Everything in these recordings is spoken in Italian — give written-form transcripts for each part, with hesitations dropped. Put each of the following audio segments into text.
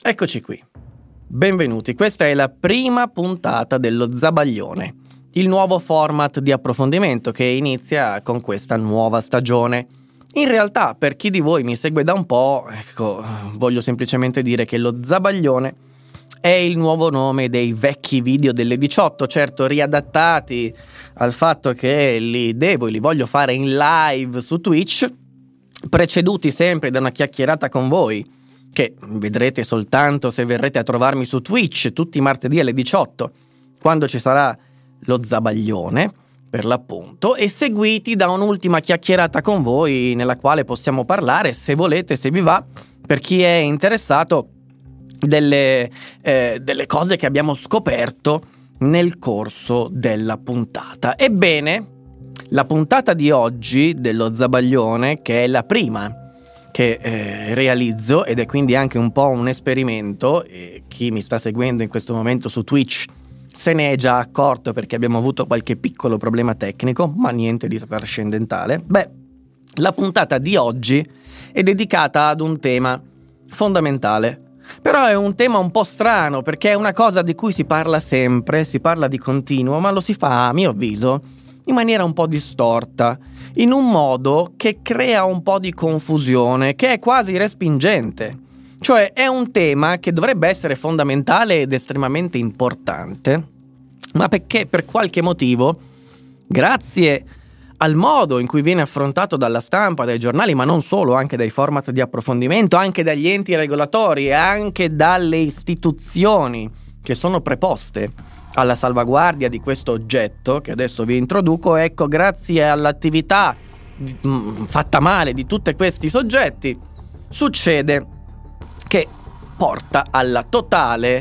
Eccoci qui. Benvenuti, questa è la prima puntata dello Zabaglione, il nuovo format di approfondimento che inizia con questa nuova stagione. In realtà, per chi di voi mi segue da un po', voglio semplicemente dire che lo Zabaglione è il nuovo nome dei vecchi video delle 18, certo riadattati al fatto che li voglio fare in live su Twitch, preceduti sempre da una chiacchierata con voi, che vedrete soltanto se verrete a trovarmi su Twitch tutti i martedì alle 18, quando ci sarà lo Zabaglione, per l'appunto, e seguiti da un'ultima chiacchierata con voi nella quale possiamo parlare, se volete, se vi va, per chi è interessato, delle cose che abbiamo scoperto nel corso della puntata. Ebbene, la puntata di oggi dello Zabaglione, che è la prima che realizzo ed è quindi anche un po' un esperimento, e chi mi sta seguendo in questo momento su Twitch se ne è già accorto perché abbiamo avuto qualche piccolo problema tecnico, ma niente di trascendentale. La puntata di oggi è dedicata ad un tema fondamentale, però è un tema un po' strano perché è una cosa di cui si parla sempre, si parla di continuo, ma lo si fa, a mio avviso, in maniera un po' distorta, in un modo che crea un po' di confusione, che è quasi respingente. Cioè è un tema che dovrebbe essere fondamentale ed estremamente importante, ma perché per qualche motivo, grazie al modo in cui viene affrontato dalla stampa, dai giornali, ma non solo, anche dai format di approfondimento, anche dagli enti regolatori e anche dalle istituzioni che sono preposte alla salvaguardia di questo oggetto che adesso vi introduco, ecco, grazie all'attività fatta male di tutti questi soggetti, succede che porta alla totale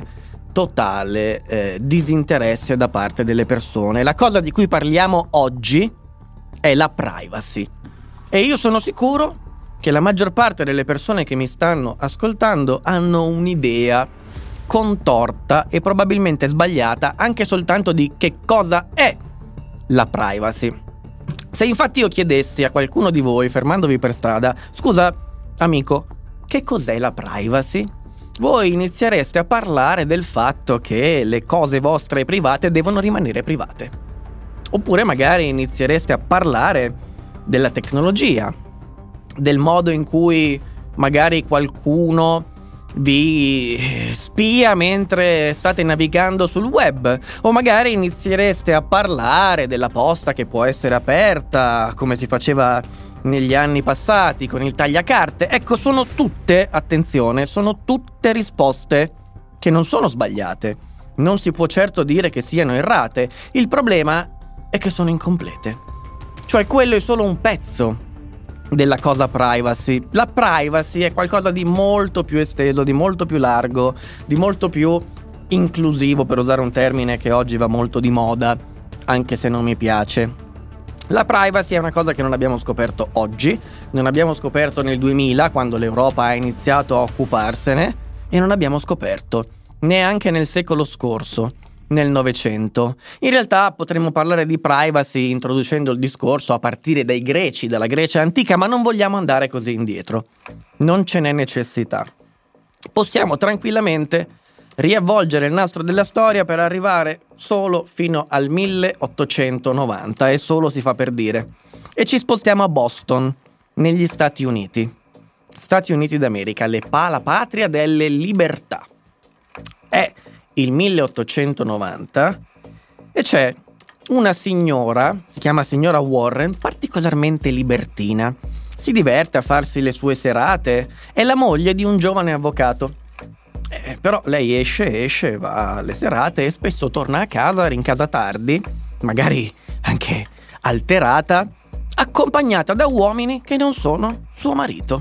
disinteresse da parte delle persone. La cosa di cui parliamo oggi è la privacy, e io sono sicuro che la maggior parte delle persone che mi stanno ascoltando hanno un'idea contorta e probabilmente sbagliata anche soltanto di che cosa è la privacy. Se infatti io chiedessi a qualcuno di voi, fermandovi per strada, scusa amico, che cos'è la privacy? Voi iniziereste a parlare del fatto che le cose vostre private devono rimanere private. Oppure magari iniziereste a parlare della tecnologia, del modo in cui magari qualcuno vi spia mentre state navigando sul web, o magari iniziereste a parlare della posta che può essere aperta come si faceva negli anni passati con il tagliacarte. Ecco, sono tutte, attenzione, sono tutte risposte che non sono sbagliate, non si può certo dire che siano errate, il problema è che sono incomplete, cioè quello è solo un pezzo della cosa privacy. La privacy è qualcosa di molto più esteso, di molto più largo, di molto più inclusivo, per usare un termine che oggi va molto di moda, anche se non mi piace. La privacy è una cosa che non abbiamo scoperto oggi, non abbiamo scoperto nel 2000 quando l'Europa ha iniziato a occuparsene, e non abbiamo scoperto neanche nel secolo scorso, nel Novecento. In realtà potremmo parlare di privacy introducendo il discorso a partire dai greci, dalla Grecia antica, ma non vogliamo andare così indietro. Non ce n'è necessità. Possiamo tranquillamente riavvolgere il nastro della storia per arrivare solo fino al 1890, e solo si fa per dire. E ci spostiamo a Boston, negli Stati Uniti. Stati Uniti d'America, la patria delle libertà. È il 1890 e c'è una signora, si chiama signora Warren, particolarmente libertina. Si diverte a farsi le sue serate, è la moglie di un giovane avvocato. Però lei esce, va alle serate e spesso torna a casa, rincasa tardi, magari anche alterata, accompagnata da uomini che non sono suo marito.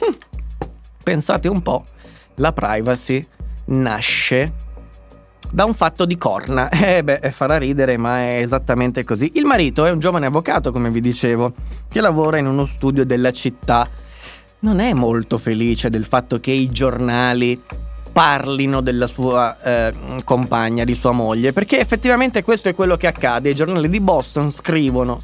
Pensate un po', la privacy nasce da un fatto di corna. Farà ridere, ma è esattamente così. Il marito è un giovane avvocato, come vi dicevo, che lavora in uno studio della città. Non è molto felice del fatto che i giornali parlino della sua compagna, di sua moglie, perché effettivamente questo è quello che accade. I giornali di Boston scrivono,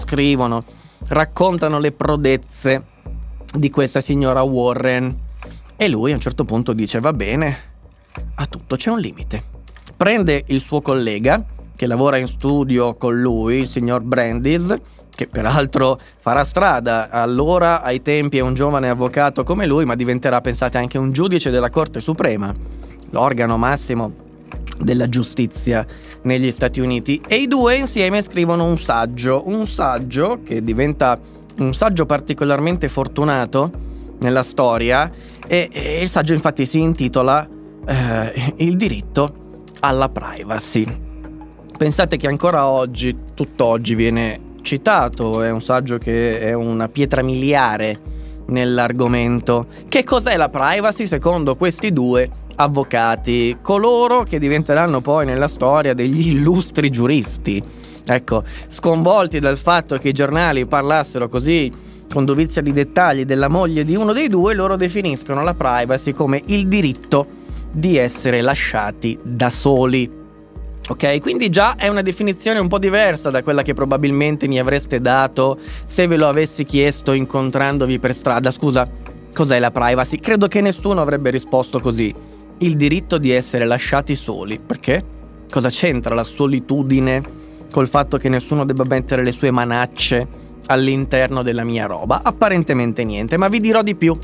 raccontano le prodezze di questa signora Warren, E lui a un certo punto dice: va bene, a tutto c'è un limite. Prende il suo collega che lavora in studio con lui, il signor Brandis, che peraltro farà strada. Allora, ai tempi, è un giovane avvocato come lui, ma diventerà, pensate, anche un giudice della Corte Suprema, l'organo massimo della giustizia negli Stati Uniti. E i due insieme scrivono un saggio che diventa un saggio particolarmente fortunato nella storia, e il saggio infatti si intitola Il diritto alla privacy. Pensate che ancora oggi, tutt'oggi, viene citato, è un saggio che è una pietra miliare nell'argomento. Che cos'è la privacy secondo questi due avvocati, coloro che diventeranno poi nella storia degli illustri giuristi? Ecco, sconvolti dal fatto che i giornali parlassero così con dovizia di dettagli della moglie di uno dei due, loro definiscono la privacy come il diritto di essere lasciati da soli. Ok, quindi già è una definizione un po' diversa da quella che probabilmente mi avreste dato se ve lo avessi chiesto incontrandovi per strada. Scusa, cos'è la privacy? Credo che nessuno avrebbe risposto così. Il diritto di essere lasciati soli. Perché? Cosa c'entra la solitudine col fatto che nessuno debba mettere le sue manacce all'interno della mia roba? Apparentemente niente, ma vi dirò di più.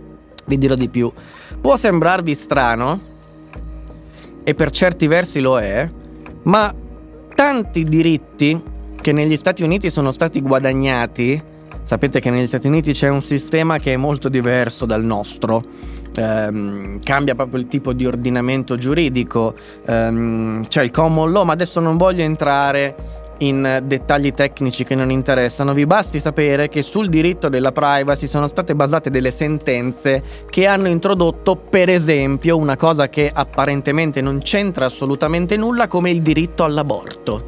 Può sembrarvi strano, e per certi versi lo è, ma tanti diritti che negli Stati Uniti sono stati guadagnati, sapete che negli Stati Uniti c'è un sistema che è molto diverso dal nostro, cambia proprio il tipo di ordinamento giuridico, c'è il common law, ma adesso non voglio entrare in dettagli tecnici che non interessano. Vi basti sapere che sul diritto della privacy sono state basate delle sentenze che hanno introdotto, per esempio, una cosa che apparentemente non c'entra assolutamente nulla, come il diritto all'aborto.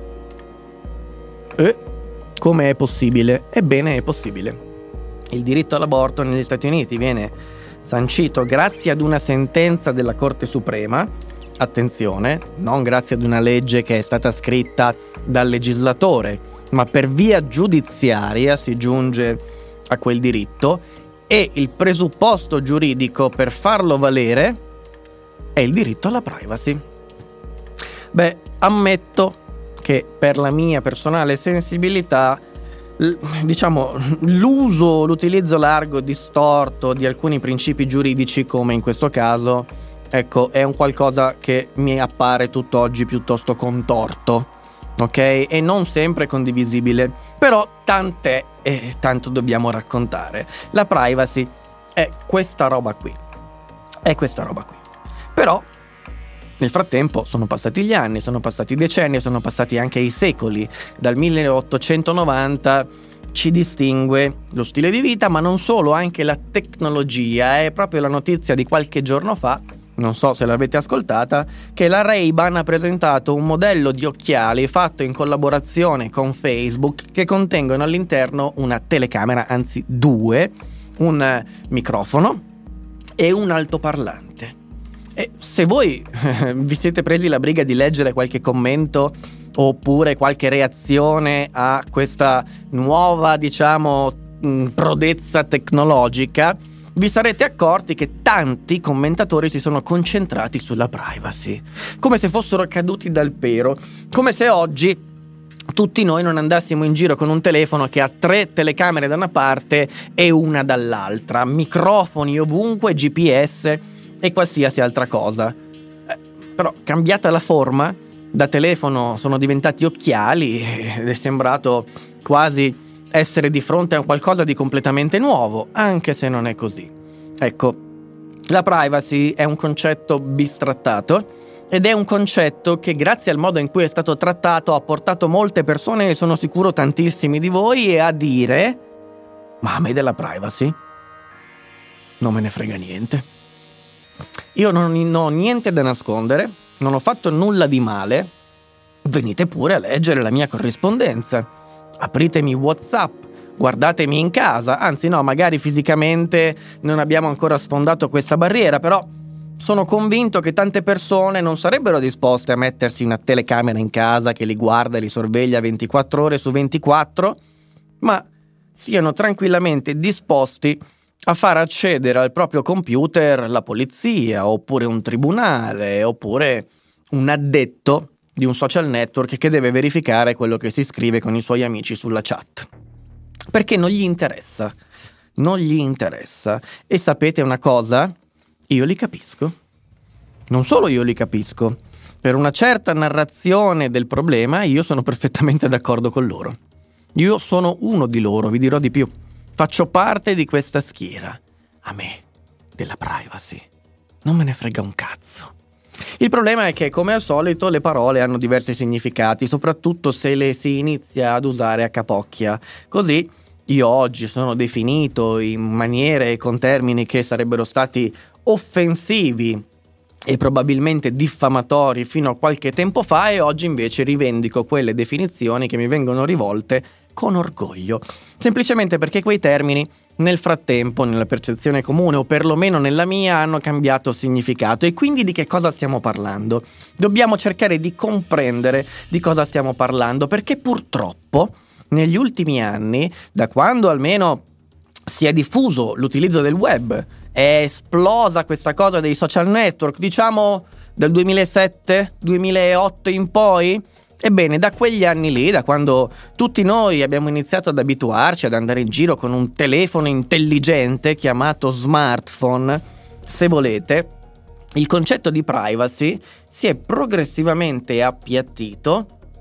Come è possibile? Ebbene, è possibile. Il diritto all'aborto negli Stati Uniti viene sancito grazie ad una sentenza della Corte Suprema. Attenzione, non grazie ad una legge che è stata scritta dal legislatore, ma per via giudiziaria si giunge a quel diritto, e il presupposto giuridico per farlo valere è il diritto alla privacy. Beh, ammetto che per la mia personale sensibilità, l'utilizzo largo, distorto di alcuni principi giuridici, come in questo caso, ecco, è un qualcosa che mi appare tutt'oggi piuttosto contorto, ok? E non sempre condivisibile, però tant'è e tanto dobbiamo raccontare. La privacy è questa roba qui. Però nel frattempo sono passati gli anni, sono passati i decenni, sono passati anche i secoli. Dal 1890 ci distingue lo stile di vita, ma non solo, anche la tecnologia. È proprio la notizia di qualche giorno fa, non so se l'avete ascoltata, che la Ray-Ban ha presentato un modello di occhiali fatto in collaborazione con Facebook, che contengono all'interno una telecamera, anzi due, un microfono e un altoparlante. E se voi vi siete presi la briga di leggere qualche commento oppure qualche reazione a questa nuova, prodezza tecnologica, vi sarete accorti che tanti commentatori si sono concentrati sulla privacy, come se fossero caduti dal pero, come se oggi tutti noi non andassimo in giro con un telefono che ha 3 telecamere da una parte e una dall'altra, microfoni ovunque, GPS e qualsiasi altra cosa. Però cambiata la forma, da telefono sono diventati occhiali ed è sembrato quasi essere di fronte a qualcosa di completamente nuovo, anche se non è così. Ecco, la privacy è un concetto bistrattato ed è un concetto che, grazie al modo in cui è stato trattato, ha portato molte persone, e sono sicuro tantissimi di voi, a dire: ma a me della privacy non me ne frega niente. Io non ho niente da nascondere, non ho fatto nulla di male, venite pure a leggere la mia corrispondenza. Apritemi WhatsApp, guardatemi in casa, anzi no, magari fisicamente non abbiamo ancora sfondato questa barriera, però sono convinto che tante persone non sarebbero disposte a mettersi una telecamera in casa che li guarda e li sorveglia 24 ore su 24, ma siano tranquillamente disposti a far accedere al proprio computer la polizia, oppure un tribunale, oppure un addetto di un social network che deve verificare quello che si scrive con i suoi amici sulla chat. Perché non gli interessa. Non gli interessa. E sapete una cosa? Io li capisco. Non solo io li capisco. Per una certa narrazione del problema io sono perfettamente d'accordo con loro. Io sono uno di loro, vi dirò di più. Faccio parte di questa schiera. A me, della privacy, non me ne frega un cazzo. Il problema è che, come al solito, le parole hanno diversi significati, soprattutto se le si inizia ad usare a capocchia. Così io oggi sono definito in maniere e con termini che sarebbero stati offensivi e probabilmente diffamatori fino a qualche tempo fa, e oggi invece rivendico quelle definizioni che mi vengono rivolte con orgoglio, semplicemente perché quei termini nel frattempo, nella percezione comune, o perlomeno nella mia, hanno cambiato significato. E quindi di che cosa stiamo parlando? Dobbiamo cercare di comprendere di cosa stiamo parlando, perché purtroppo negli ultimi anni, da quando almeno si è diffuso l'utilizzo del web, è esplosa questa cosa dei social network, diciamo dal 2007-2008 in poi. Ebbene, da quegli anni lì, da quando tutti noi abbiamo iniziato ad abituarci ad andare in giro con un telefono intelligente chiamato smartphone, se volete, il concetto di privacy si è progressivamente appiattito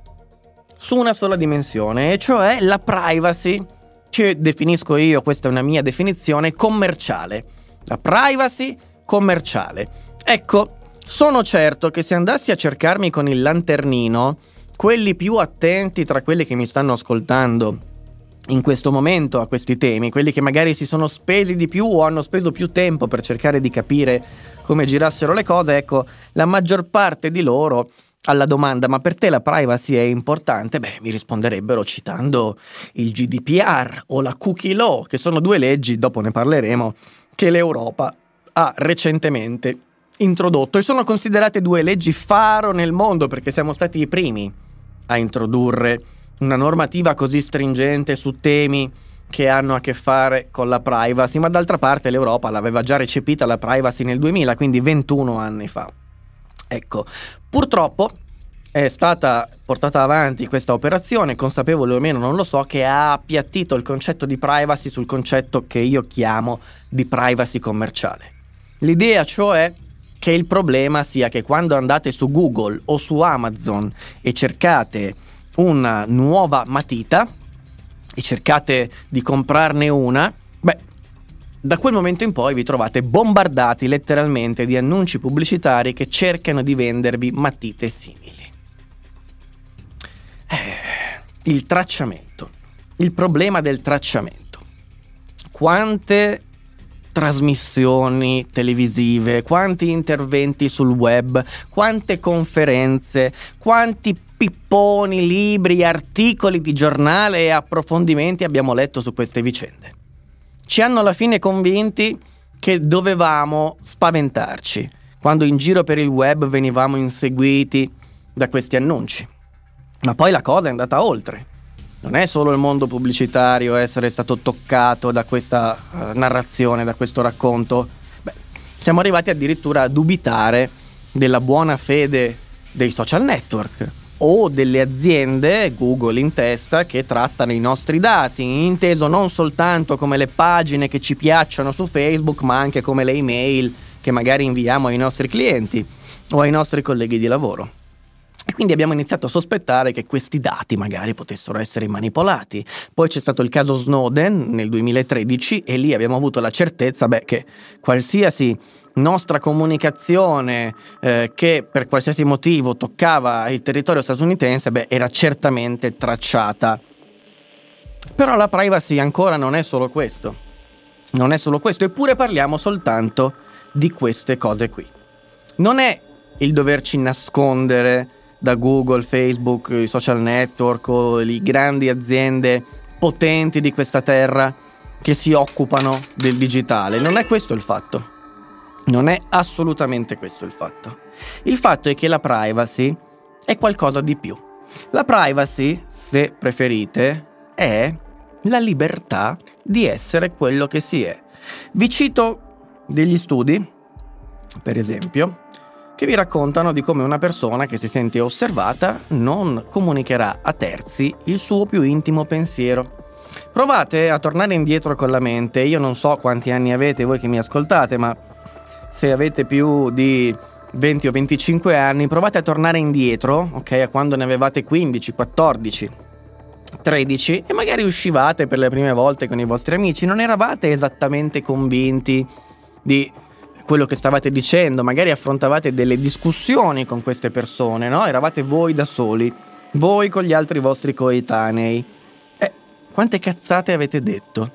su una sola dimensione, e cioè la privacy, che definisco io, questa è una mia definizione, commerciale. La privacy commerciale. Ecco, sono certo che se andassi a cercarmi con il lanternino quelli più attenti tra quelli che mi stanno ascoltando in questo momento a questi temi, quelli che magari si sono spesi di più o hanno speso più tempo per cercare di capire come girassero le cose, ecco, la maggior parte di loro alla domanda "ma per te la privacy è importante?" mi risponderebbero citando il GDPR o la Cookie Law, che sono due leggi, dopo ne parleremo, che l'Europa ha recentemente introdotto, e sono considerate due leggi faro nel mondo, perché siamo stati i primi a introdurre una normativa così stringente su temi che hanno a che fare con la privacy, ma d'altra parte l'Europa l'aveva già recepita la privacy nel 2000, quindi 21 anni fa. Ecco, purtroppo è stata portata avanti questa operazione, consapevole o meno non lo so, che ha appiattito il concetto di privacy sul concetto che io chiamo di privacy commerciale. L'idea cioè che il problema sia che quando andate su Google o su Amazon e cercate una nuova matita e cercate di comprarne una, da quel momento in poi vi trovate bombardati letteralmente di annunci pubblicitari che cercano di vendervi matite simili. Il tracciamento, il problema del tracciamento. Quante trasmissioni televisive, quanti interventi sul web, quante conferenze, quanti pipponi, libri, articoli di giornale e approfondimenti abbiamo letto su queste vicende. Ci hanno alla fine convinti che dovevamo spaventarci quando in giro per il web venivamo inseguiti da questi annunci. Ma poi la cosa è andata oltre. Non è solo il mondo pubblicitario a essere stato toccato da questa narrazione, da questo racconto. Siamo arrivati addirittura a dubitare della buona fede dei social network o delle aziende, Google in testa, che trattano i nostri dati, inteso non soltanto come le pagine che ci piacciono su Facebook, ma anche come le email che magari inviamo ai nostri clienti o ai nostri colleghi di lavoro. E quindi abbiamo iniziato a sospettare che questi dati magari potessero essere manipolati. Poi c'è stato il caso Snowden nel 2013 e lì abbiamo avuto la certezza che qualsiasi nostra comunicazione che per qualsiasi motivo toccava il territorio statunitense era certamente tracciata. Però la privacy ancora non è solo questo. Non è solo questo, eppure parliamo soltanto di queste cose qui. Non è il doverci nascondere da Google, Facebook, i social network o le grandi aziende potenti di questa terra che si occupano del digitale. Non è questo il fatto. Non è assolutamente questo il fatto. Il fatto è che la privacy è qualcosa di più. La privacy, se preferite, è la libertà di essere quello che si è. Vi cito degli studi, per esempio, che vi raccontano di come una persona che si sente osservata non comunicherà a terzi il suo più intimo pensiero. Provate a tornare indietro con la mente. Io non so quanti anni avete voi che mi ascoltate, ma se avete più di 20 o 25 anni, provate a tornare indietro, ok, a quando ne avevate 15, 14, 13 e magari uscivate per le prime volte con i vostri amici, non eravate esattamente convinti di quello che stavate dicendo, magari affrontavate delle discussioni con queste persone, no? Eravate voi da soli, voi con gli altri vostri coetanei. Quante cazzate avete detto?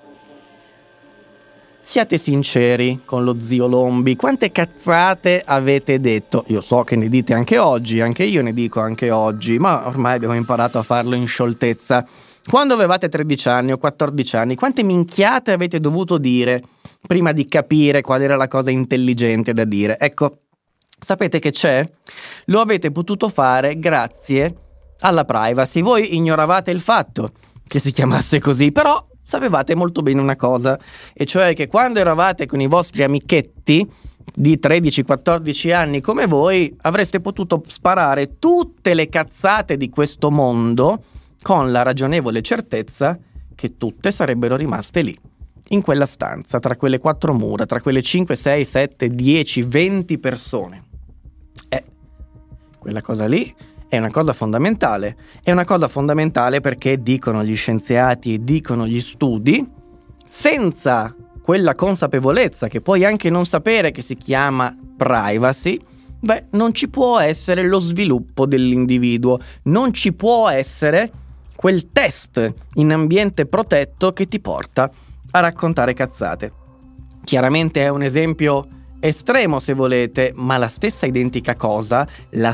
Siate sinceri con lo zio Lombi, quante cazzate avete detto? Io so che ne dite anche oggi, anche io ne dico anche oggi, ma ormai abbiamo imparato a farlo in scioltezza. Quando avevate 13 anni o 14 anni, quante minchiate avete dovuto dire prima di capire qual era la cosa intelligente da dire? Ecco, sapete che c'è? Lo avete potuto fare grazie alla privacy. Voi ignoravate il fatto che si chiamasse così, però sapevate molto bene una cosa, e cioè che quando eravate con i vostri amichetti di 13-14 anni come voi, avreste potuto sparare tutte le cazzate di questo mondo con la ragionevole certezza che tutte sarebbero rimaste lì, in quella stanza, tra quelle 4 mura, tra quelle 5, 6, 7, 10, 20 persone. Quella cosa lì è una cosa fondamentale. È una cosa fondamentale perché dicono gli scienziati e dicono gli studi, senza quella consapevolezza che puoi anche non sapere che si chiama privacy, non ci può essere lo sviluppo dell'individuo, non ci può essere quel test in ambiente protetto che ti porta a raccontare cazzate. Chiaramente è un esempio estremo se volete, ma la stessa identica cosa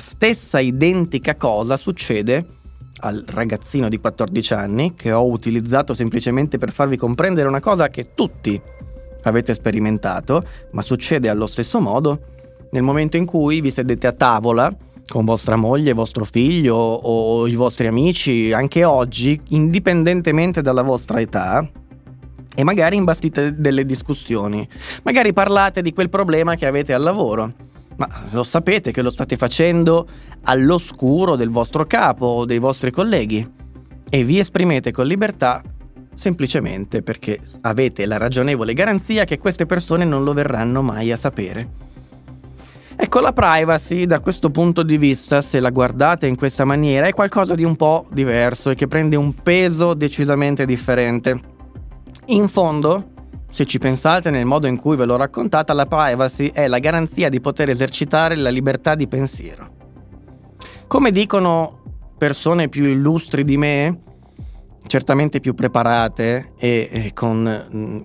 succede al ragazzino di 14 anni che ho utilizzato semplicemente per farvi comprendere una cosa che tutti avete sperimentato, ma succede allo stesso modo nel momento in cui vi sedete a tavola con vostra moglie, vostro figlio o i vostri amici, anche oggi, indipendentemente dalla vostra età, e magari imbastite delle discussioni, magari parlate di quel problema che avete al lavoro, ma lo sapete che lo state facendo all'oscuro del vostro capo o dei vostri colleghi e vi esprimete con libertà semplicemente perché avete la ragionevole garanzia che queste persone non lo verranno mai a sapere. Ecco, la privacy da questo punto di vista, se la guardate in questa maniera, è qualcosa di un po' diverso e che prende un peso decisamente differente. In fondo, se ci pensate nel modo in cui ve l'ho raccontata, la privacy è la garanzia di poter esercitare la libertà di pensiero. Come dicono persone più illustri di me, certamente più preparate e con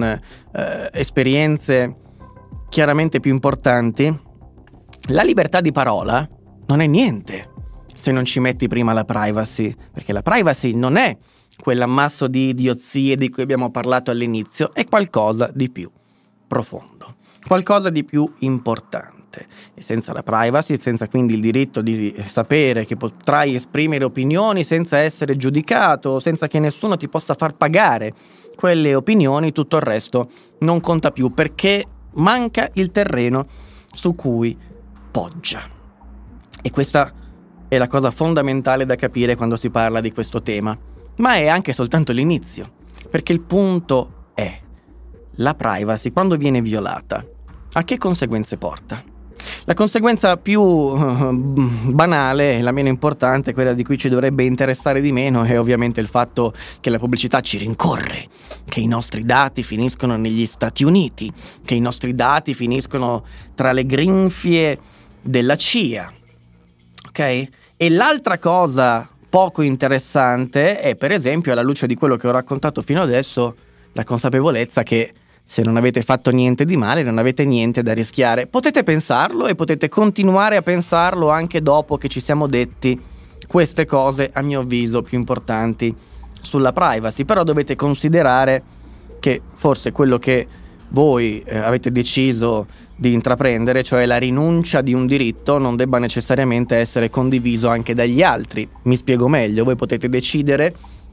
esperienze chiaramente più importanti, la libertà di parola non è niente se non ci metti prima la privacy, perché la privacy non è quell'ammasso di idiozie di cui abbiamo parlato all'inizio, è qualcosa di più profondo, qualcosa di più importante. E senza la privacy, senza quindi il diritto di sapere che potrai esprimere opinioni senza essere giudicato, senza che nessuno ti possa far pagare quelle opinioni, tutto il resto non conta più, perché manca il terreno su cui poggia. E questa è la cosa fondamentale da capire quando si parla di questo tema, ma è anche soltanto l'inizio, perché il punto è: la privacy, quando viene violata, a che conseguenze porta? La conseguenza più banale e la meno importante, quella di cui ci dovrebbe interessare di meno, è ovviamente il fatto che la pubblicità ci rincorre, che i nostri dati finiscono negli Stati Uniti, che i nostri dati finiscono tra le grinfie della CIA, ok? E l'altra cosa poco interessante è, per esempio, alla luce di quello che ho raccontato fino adesso, la consapevolezza che se non avete fatto niente di male non avete niente da rischiare. Potete pensarlo e potete continuare a pensarlo anche dopo che ci siamo detti queste cose, a mio avviso, più importanti sulla privacy, però dovete considerare che forse quello che voi avete deciso di intraprendere, cioè la rinuncia di un diritto, non debba necessariamente essere condiviso anche dagli altri. Mi spiego meglio: voi potete decidere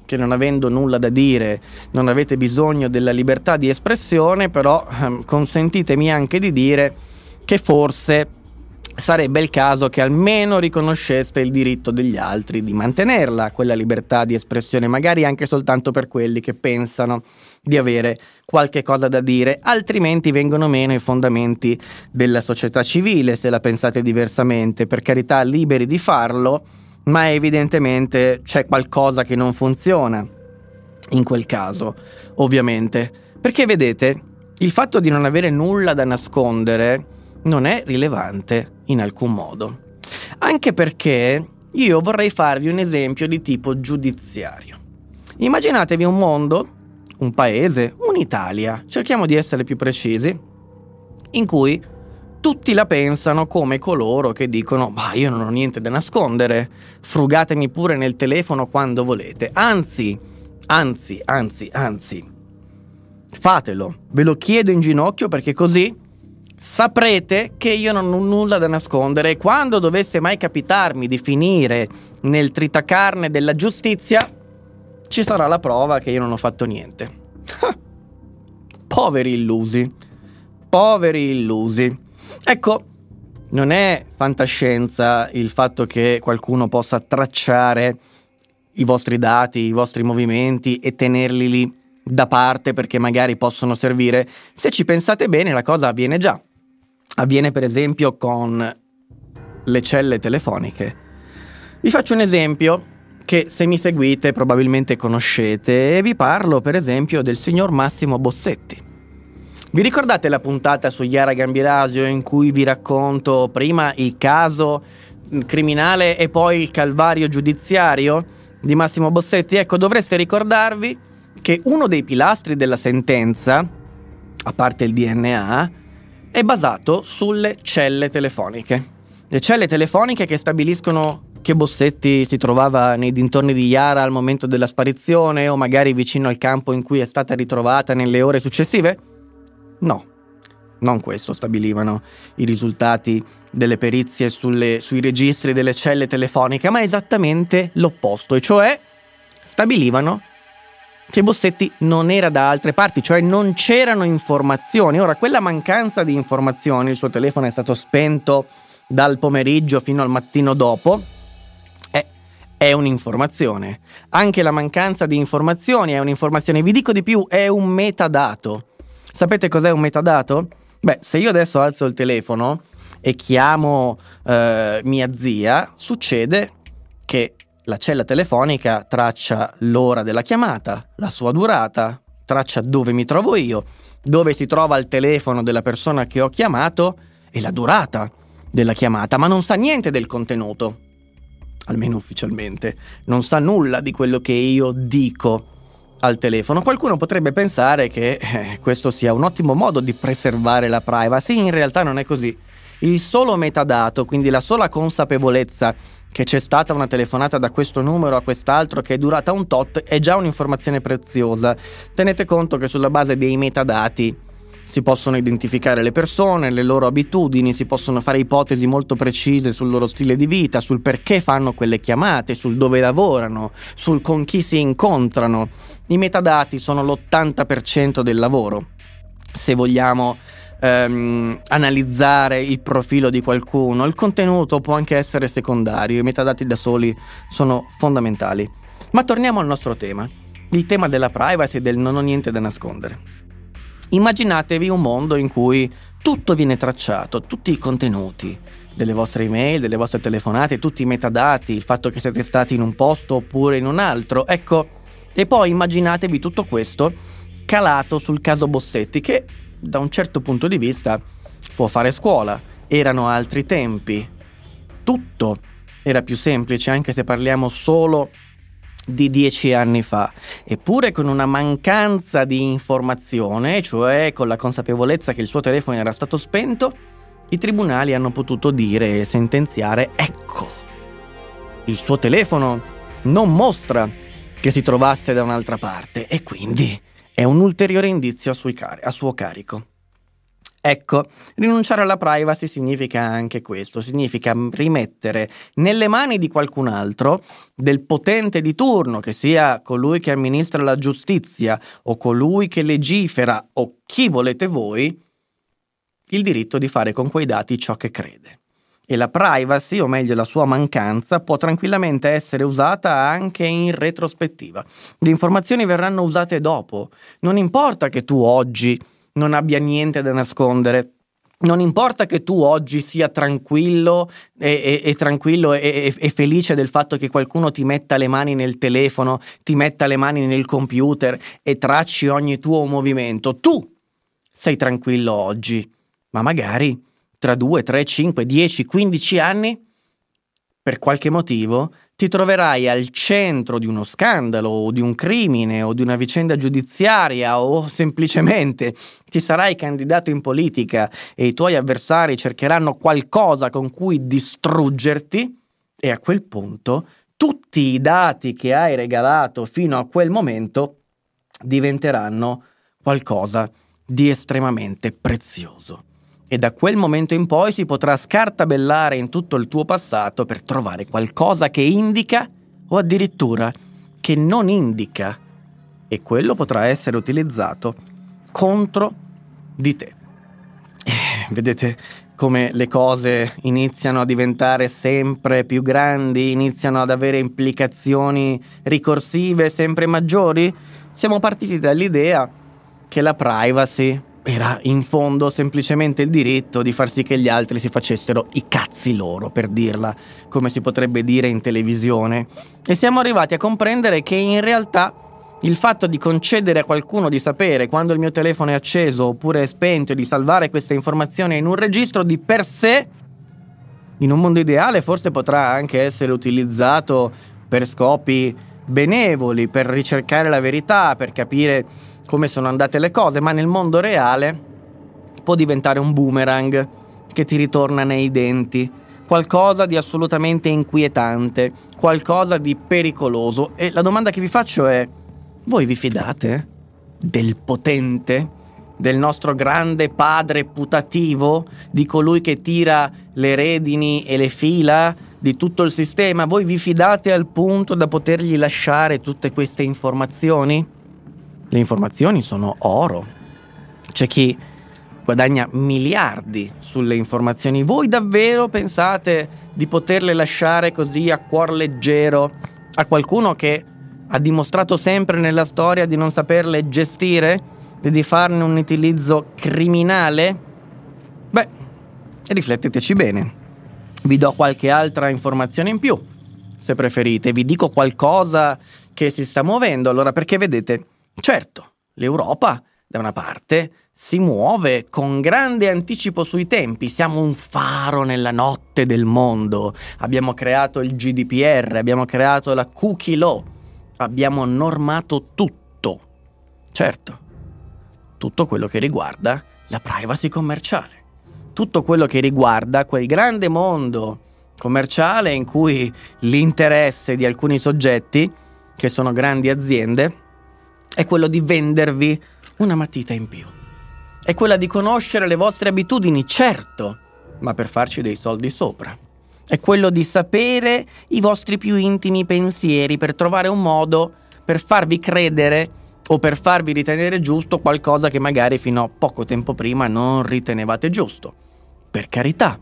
che non avendo nulla da dire non avete bisogno della libertà di espressione, però consentitemi anche di dire che forse sarebbe il caso che almeno riconosceste il diritto degli altri di mantenerla, quella libertà di espressione, magari anche soltanto per quelli che pensano di avere qualche cosa da dire, altrimenti vengono meno i fondamenti della società civile, se la pensate diversamente. Per carità, liberi di farlo, ma evidentemente c'è qualcosa che non funziona in quel caso, ovviamente. Perché vedete, il fatto di non avere nulla da nascondere non è rilevante in alcun modo. Anche perché io vorrei farvi un esempio di tipo giudiziario. Immaginatevi un mondo, un paese, un'Italia, cerchiamo di essere più precisi, in cui tutti la pensano come coloro che dicono: ma io non ho niente da nascondere, frugatemi pure nel telefono quando volete, anzi, fatelo, ve lo chiedo in ginocchio, perché così saprete che io non ho nulla da nascondere, e quando dovesse mai capitarmi di finire nel tritacarne della giustizia, ci sarà la prova che io non ho fatto niente. Poveri illusi. Ecco, non è fantascienza il fatto che qualcuno possa tracciare i vostri dati, i vostri movimenti e tenerli lì da parte perché magari possono servire. Se ci pensate bene, la cosa avviene già. Avviene per esempio con le celle telefoniche. Vi faccio un esempio che, se mi seguite, probabilmente conoscete, e vi parlo per esempio del signor Massimo Bossetti. Vi ricordate la puntata su Chiara Gambirasio in cui vi racconto prima il caso criminale e poi il calvario giudiziario di Massimo Bossetti? Ecco, dovreste ricordarvi che uno dei pilastri della sentenza, a parte il DNA, è basato sulle celle telefoniche. Le celle telefoniche che stabiliscono che Bossetti si trovava nei dintorni di Chiara al momento della sparizione, o magari vicino al campo in cui è stata ritrovata nelle ore successive? No, non questo stabilivano i risultati delle perizie sui registri delle celle telefoniche, ma esattamente l'opposto, e cioè stabilivano che Bossetti non era da altre parti, cioè non c'erano informazioni. Ora, quella mancanza di informazioni, il suo telefono è stato spento dal pomeriggio fino al mattino dopo, è un'informazione. Anche la mancanza di informazioni è un'informazione. Vi dico di più, è un metadato. Sapete cos'è un metadato? Beh, se io adesso alzo il telefono e chiamo mia zia, succede che la cella telefonica traccia l'ora della chiamata, la sua durata, traccia dove mi trovo io, dove si trova il telefono della persona che ho chiamato e la durata della chiamata, ma non sa niente del contenuto, almeno ufficialmente, non sa nulla di quello che io dico al telefono. Qualcuno potrebbe pensare che questo sia un ottimo modo di preservare la privacy. In realtà non è così. Il solo metadato, quindi la sola consapevolezza che c'è stata una telefonata da questo numero a quest'altro che è durata un tot, è già un'informazione preziosa. Tenete conto che sulla base dei metadati si possono identificare le persone, le loro abitudini, si possono fare ipotesi molto precise sul loro stile di vita, sul perché fanno quelle chiamate, sul dove lavorano, sul con chi si incontrano. I metadati sono l'80% del lavoro. Se vogliamo analizzare il profilo di qualcuno, il contenuto può anche essere secondario, i metadati da soli sono fondamentali. Ma torniamo al nostro tema, il tema della privacy e del non ho niente da nascondere. Immaginatevi un mondo in cui tutto viene tracciato, tutti i contenuti delle vostre email, delle vostre telefonate, tutti i metadati, il fatto che siete stati in un posto oppure in un altro, ecco. E poi immaginatevi tutto questo calato sul caso Bossetti, che da un certo punto di vista può fare scuola. Erano altri tempi, tutto era più semplice, anche se parliamo solo di 10 anni fa, eppure con una mancanza di informazione, cioè con la consapevolezza che il suo telefono era stato spento, i tribunali hanno potuto dire e sentenziare: ecco, il suo telefono non mostra che si trovasse da un'altra parte, e quindi è un ulteriore indizio a suo carico. Ecco, rinunciare alla privacy significa anche questo, significa rimettere nelle mani di qualcun altro, del potente di turno, che sia colui che amministra la giustizia o colui che legifera o chi volete voi, il diritto di fare con quei dati ciò che crede. E la privacy, o meglio la sua mancanza, può tranquillamente essere usata anche in retrospettiva. Le informazioni verranno usate dopo. Non importa che tu oggi non abbia niente da nascondere. Non importa che tu oggi sia tranquillo e felice del fatto che qualcuno ti metta le mani nel telefono, ti metta le mani nel computer e tracci ogni tuo movimento. Tu sei tranquillo oggi, ma magari tra 2, 3, 5, 10, 15 anni, per qualche motivo, ti troverai al centro di uno scandalo o di un crimine o di una vicenda giudiziaria o semplicemente ti sarai candidato in politica e i tuoi avversari cercheranno qualcosa con cui distruggerti e a quel punto tutti i dati che hai regalato fino a quel momento diventeranno qualcosa di estremamente prezioso. E da quel momento in poi si potrà scartabellare in tutto il tuo passato per trovare qualcosa che indica o addirittura che non indica, e quello potrà essere utilizzato contro di te. Vedete come le cose iniziano a diventare sempre più grandi, iniziano ad avere implicazioni ricorsive sempre maggiori? Siamo partiti dall'idea che la privacy era in fondo semplicemente il diritto di far sì che gli altri si facessero i cazzi loro, per dirla come si potrebbe dire in televisione. E siamo arrivati a comprendere che in realtà il fatto di concedere a qualcuno di sapere quando il mio telefono è acceso oppure è spento e di salvare questa informazione in un registro di per sé, in un mondo ideale forse potrà anche essere utilizzato per scopi benevoli, per ricercare la verità, per capire come sono andate le cose, ma nel mondo reale può diventare un boomerang che ti ritorna nei denti, qualcosa di assolutamente inquietante, qualcosa di pericoloso. E la domanda che vi faccio è: voi vi fidate del potente, del nostro grande padre putativo, di colui che tira le redini e le fila di tutto il sistema? Voi vi fidate al punto da potergli lasciare tutte queste informazioni? Le informazioni sono oro. C'è chi guadagna miliardi sulle informazioni. Voi davvero pensate di poterle lasciare così a cuor leggero a qualcuno che ha dimostrato sempre nella storia di non saperle gestire e di farne un utilizzo criminale? Beh, rifletteteci bene. Vi do qualche altra informazione in più, se preferite. Vi dico qualcosa che si sta muovendo. Allora, perché vedete, certo, l'Europa, da una parte, si muove con grande anticipo sui tempi. Siamo un faro nella notte del mondo. Abbiamo creato il GDPR, abbiamo creato la cookie law, abbiamo normato tutto. Certo, tutto quello che riguarda la privacy commerciale. Tutto quello che riguarda quel grande mondo commerciale in cui l'interesse di alcuni soggetti, che sono grandi aziende, è quello di vendervi una matita in più. È quella di conoscere le vostre abitudini, certo, ma per farci dei soldi sopra. È quello di sapere i vostri più intimi pensieri per trovare un modo per farvi credere o per farvi ritenere giusto qualcosa che magari fino a poco tempo prima non ritenevate giusto. Per carità,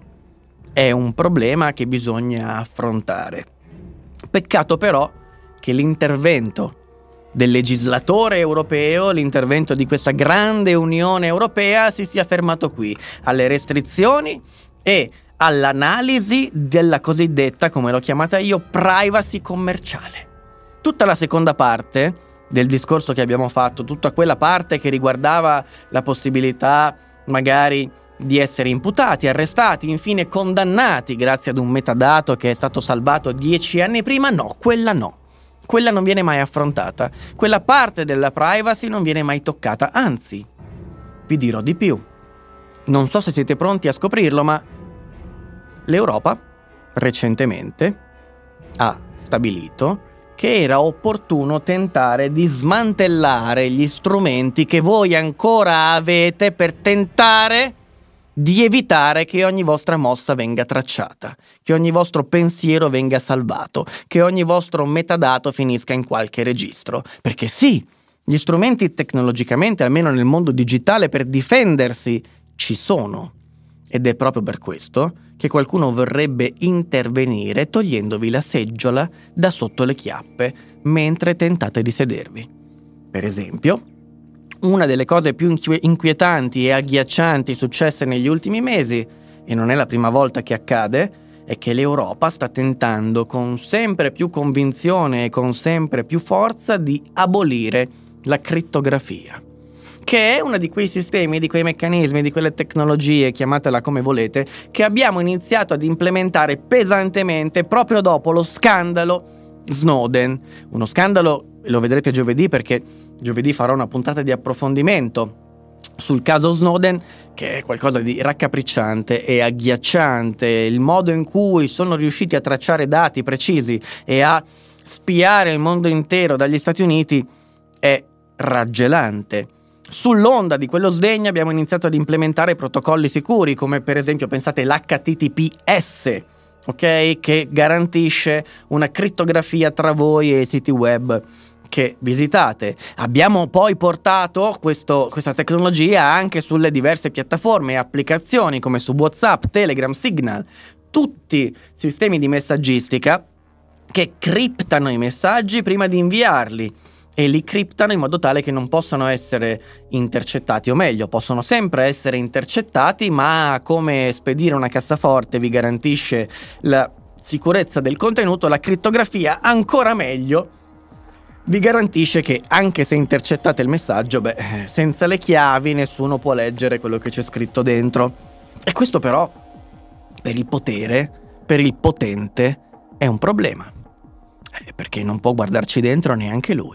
è un problema che bisogna affrontare. Peccato però che l'intervento del legislatore europeo, l'intervento di questa grande Unione Europea si sia fermato qui, alle restrizioni e all'analisi della cosiddetta, come l'ho chiamata io, privacy commerciale. Tutta la seconda parte del discorso che abbiamo fatto, tutta quella parte che riguardava la possibilità magari di essere imputati, arrestati, infine condannati grazie ad un metadato che è stato salvato 10 anni prima, no, quella non viene mai affrontata. Quella parte della privacy non viene mai toccata, anzi, vi dirò di più. Non so se siete pronti a scoprirlo, ma l'Europa recentemente ha stabilito che era opportuno tentare di smantellare gli strumenti che voi ancora avete per tentare di evitare che ogni vostra mossa venga tracciata, che ogni vostro pensiero venga salvato, che ogni vostro metadato finisca in qualche registro. Perché sì, gli strumenti tecnologicamente, almeno nel mondo digitale, per difendersi ci sono. Ed è proprio per questo che qualcuno vorrebbe intervenire togliendovi la seggiola da sotto le chiappe mentre tentate di sedervi. Per esempio, una delle cose più inquietanti e agghiaccianti successe negli ultimi mesi, e non è la prima volta che accade, è che l'Europa sta tentando con sempre più convinzione e con sempre più forza di abolire la crittografia, che è uno di quei sistemi, di quei meccanismi, di quelle tecnologie, chiamatela come volete, che abbiamo iniziato ad implementare pesantemente proprio dopo lo scandalo Snowden. Uno scandalo, lo vedrete giovedì, perché giovedì farò una puntata di approfondimento sul caso Snowden, che è qualcosa di raccapricciante e agghiacciante. Il modo in cui sono riusciti a tracciare dati precisi e a spiare il mondo intero dagli Stati Uniti è raggelante. Sull'onda di quello sdegno abbiamo iniziato ad implementare protocolli sicuri, come per esempio, pensate, l'HTTPS, ok? Che garantisce una crittografia tra voi e i siti web che visitate. Abbiamo poi portato questa tecnologia anche sulle diverse piattaforme e applicazioni come su WhatsApp, Telegram, Signal, tutti sistemi di messaggistica che criptano i messaggi prima di inviarli e li criptano in modo tale che non possano essere intercettati, o meglio, possono sempre essere intercettati, ma come spedire una cassaforte vi garantisce la sicurezza del contenuto, la crittografia ancora meglio vi garantisce che anche se intercettate il messaggio, senza le chiavi nessuno può leggere quello che c'è scritto dentro. E questo però, per il potere, per il potente, è un problema. Perché non può guardarci dentro neanche lui.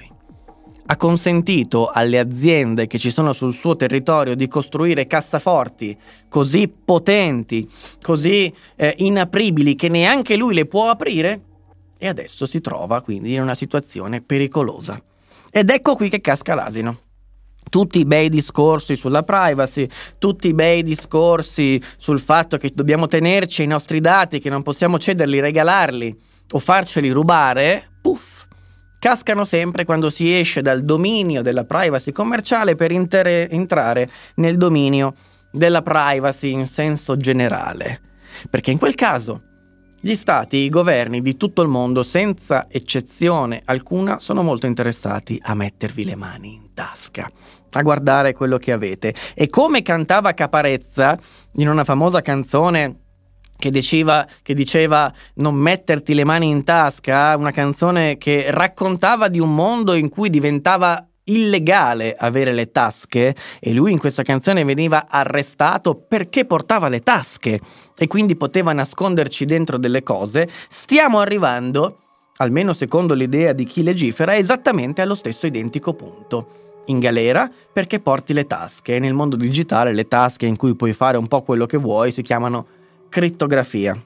Ha consentito alle aziende che ci sono sul suo territorio di costruire cassaforti così potenti, così inapribili, che neanche lui le può aprire, e adesso si trova quindi in una situazione pericolosa. Ed ecco qui che casca l'asino. Tutti i bei discorsi sulla privacy, tutti i bei discorsi sul fatto che dobbiamo tenerci i nostri dati, che non possiamo cederli, regalarli o farceli rubare, cascano sempre quando si esce dal dominio della privacy commerciale per entrare nel dominio della privacy in senso generale. Perché in quel caso gli stati, i governi di tutto il mondo, senza eccezione alcuna, sono molto interessati a mettervi le mani in tasca, a guardare quello che avete. E come cantava Caparezza in una famosa canzone che diceva non metterti le mani in tasca, una canzone che raccontava di un mondo in cui diventava illegale avere le tasche, e lui in questa canzone veniva arrestato perché portava le tasche e quindi poteva nasconderci dentro delle cose. Stiamo arrivando, almeno secondo l'idea di chi legifera, esattamente allo stesso identico punto. In galera perché porti le tasche, e nel mondo digitale le tasche in cui puoi fare un po' quello che vuoi si chiamano crittografia.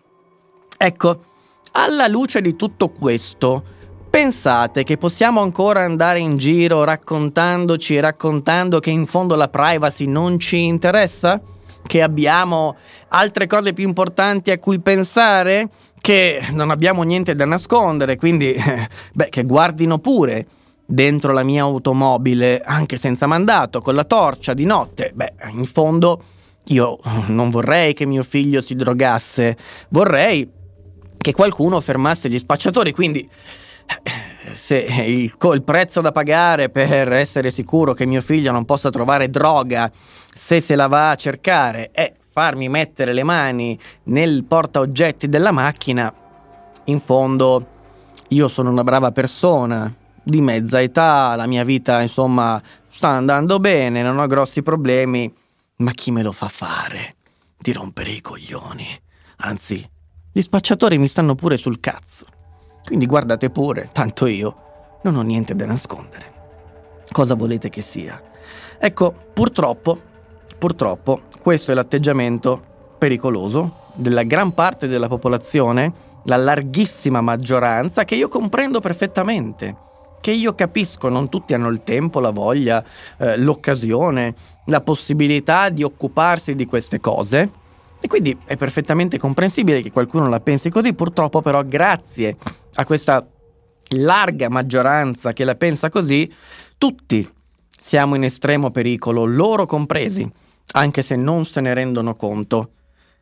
Ecco, alla luce di tutto questo, pensate che possiamo ancora andare in giro raccontandoci e raccontando che in fondo la privacy non ci interessa? Che abbiamo altre cose più importanti a cui pensare? Che non abbiamo niente da nascondere, quindi che guardino pure dentro la mia automobile anche senza mandato, con la torcia di notte? In fondo io non vorrei che mio figlio si drogasse, vorrei che qualcuno fermasse gli spacciatori, quindi se il prezzo da pagare per essere sicuro che mio figlio non possa trovare droga se la va a cercare è farmi mettere le mani nel portaoggetti della macchina, in fondo io sono una brava persona di mezza età, la mia vita insomma sta andando bene, non ho grossi problemi, ma chi me lo fa fare di rompere i coglioni? Anzi, gli spacciatori mi stanno pure sul cazzo. Quindi guardate pure, tanto io non ho niente da nascondere. Cosa volete che sia? Ecco, purtroppo, questo è l'atteggiamento pericoloso della gran parte della popolazione, la larghissima maggioranza, che io comprendo perfettamente, che io capisco, non tutti hanno il tempo, la voglia, l'occasione, la possibilità di occuparsi di queste cose, e quindi è perfettamente comprensibile che qualcuno la pensi così. Purtroppo però, grazie a questa larga maggioranza che la pensa così, tutti siamo in estremo pericolo, loro compresi, anche se non se ne rendono conto.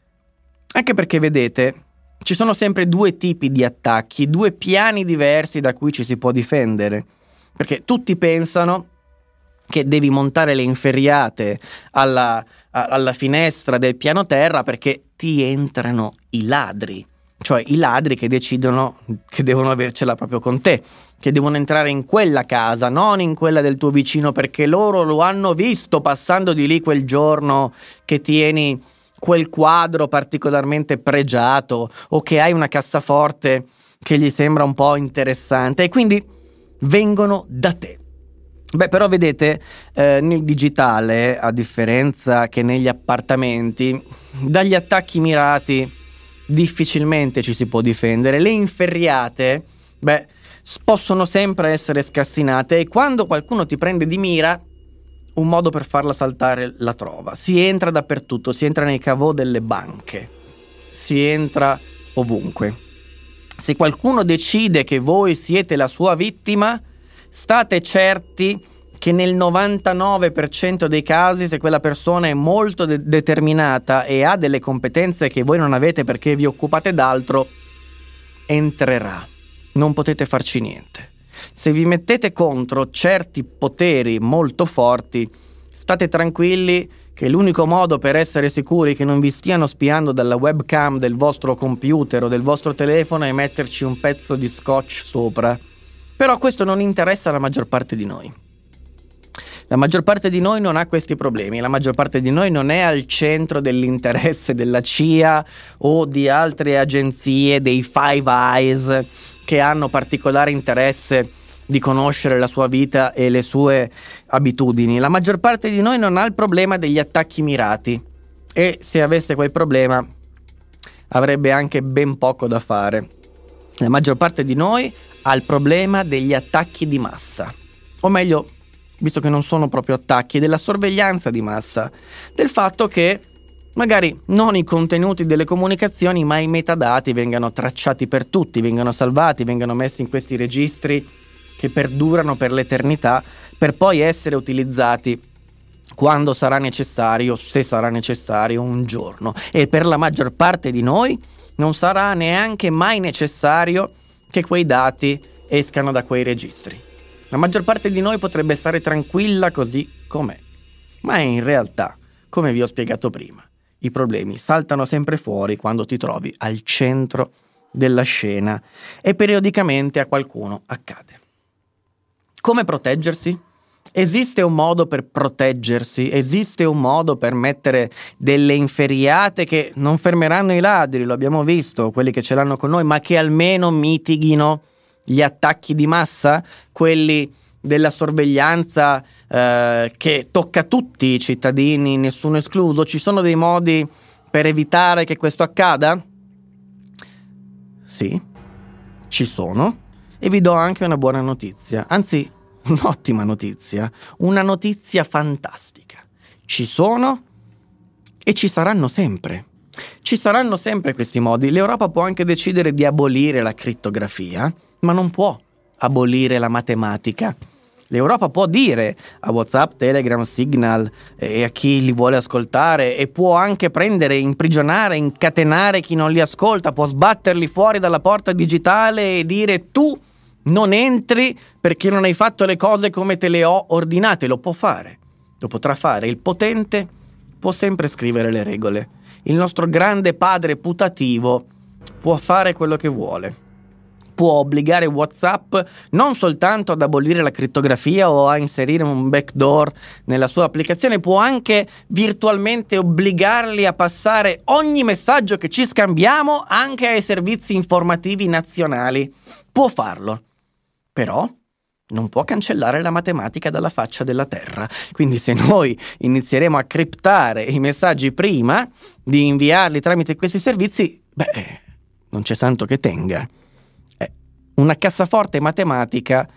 Anche perché, vedete, ci sono sempre due tipi di attacchi, due piani diversi da cui ci si può difendere, perché tutti pensano che devi montare le inferriate alla finestra del piano terra perché ti entrano i ladri, cioè i ladri che decidono che devono avercela proprio con te, che devono entrare in quella casa, non in quella del tuo vicino, perché loro lo hanno visto passando di lì quel giorno che tieni quel quadro particolarmente pregiato o che hai una cassaforte che gli sembra un po' interessante, e quindi vengono da te. Beh, però vedete, nel digitale, a differenza che negli appartamenti, dagli attacchi mirati difficilmente ci si può difendere. Le inferriate, possono sempre essere scassinate, e quando qualcuno ti prende di mira, un modo per farla saltare la trova. Si entra dappertutto, si entra nei caveau delle banche, si entra ovunque. Se qualcuno decide che voi siete la sua vittima, state certi che nel 99% dei casi, se quella persona è molto determinata e ha delle competenze che voi non avete perché vi occupate d'altro, entrerà. Non potete farci niente. Se vi mettete contro certi poteri molto forti, state tranquilli che l'unico modo per essere sicuri che non vi stiano spiando dalla webcam del vostro computer o del vostro telefono è metterci un pezzo di scotch sopra. Però questo non interessa alla maggior parte di noi. La maggior parte di noi non ha questi problemi, la maggior parte di noi non è al centro dell'interesse della CIA o di altre agenzie, dei Five Eyes, che hanno particolare interesse di conoscere la sua vita e le sue abitudini. La maggior parte di noi non ha il problema degli attacchi mirati, e se avesse quel problema avrebbe anche ben poco da fare. La maggior parte di noi ha il problema degli attacchi di massa, o meglio, visto che non sono proprio attacchi, della sorveglianza di massa, del fatto che magari non i contenuti delle comunicazioni, ma i metadati vengano tracciati per tutti, vengano salvati, vengano messi in questi registri che perdurano per l'eternità, per poi essere utilizzati quando sarà necessario, se sarà necessario un giorno. E per la maggior parte di noi non sarà neanche mai necessario che quei dati escano da quei registri. La maggior parte di noi potrebbe stare tranquilla così com'è. Ma in realtà, come vi ho spiegato prima, i problemi saltano sempre fuori quando ti trovi al centro della scena, e periodicamente a qualcuno accade. Come proteggersi? Esiste un modo per proteggersi, esiste un modo per mettere delle inferriate che non fermeranno i ladri, lo abbiamo visto, quelli che ce l'hanno con noi, ma che almeno mitighino gli attacchi di massa, quelli della sorveglianza che tocca tutti i cittadini, nessuno escluso. Ci sono dei modi per evitare che questo accada? Sì, ci sono, e vi do anche una buona notizia, anzi un'ottima notizia, una notizia fantastica. Ci sono e ci saranno sempre. Ci saranno sempre questi modi. L'Europa può anche decidere di abolire la crittografia, ma non può abolire la matematica. L'Europa può dire a WhatsApp, Telegram, Signal e a chi li vuole ascoltare, e può anche prendere, imprigionare, incatenare chi non li ascolta, può sbatterli fuori dalla porta digitale e dire: tu non entri perché non hai fatto le cose come te le ho ordinate. Lo può fare, lo potrà fare. Il potente può sempre scrivere le regole. Il nostro grande padre putativo può fare quello che vuole. Può obbligare WhatsApp non soltanto ad abolire la crittografia o a inserire un backdoor nella sua applicazione, può anche virtualmente obbligarli a passare ogni messaggio che ci scambiamo anche ai servizi informativi nazionali. Può farlo, però non può cancellare la matematica dalla faccia della terra. Quindi se noi inizieremo a criptare i messaggi prima di inviarli tramite questi servizi, non c'è santo che tenga. Una cassaforte matematica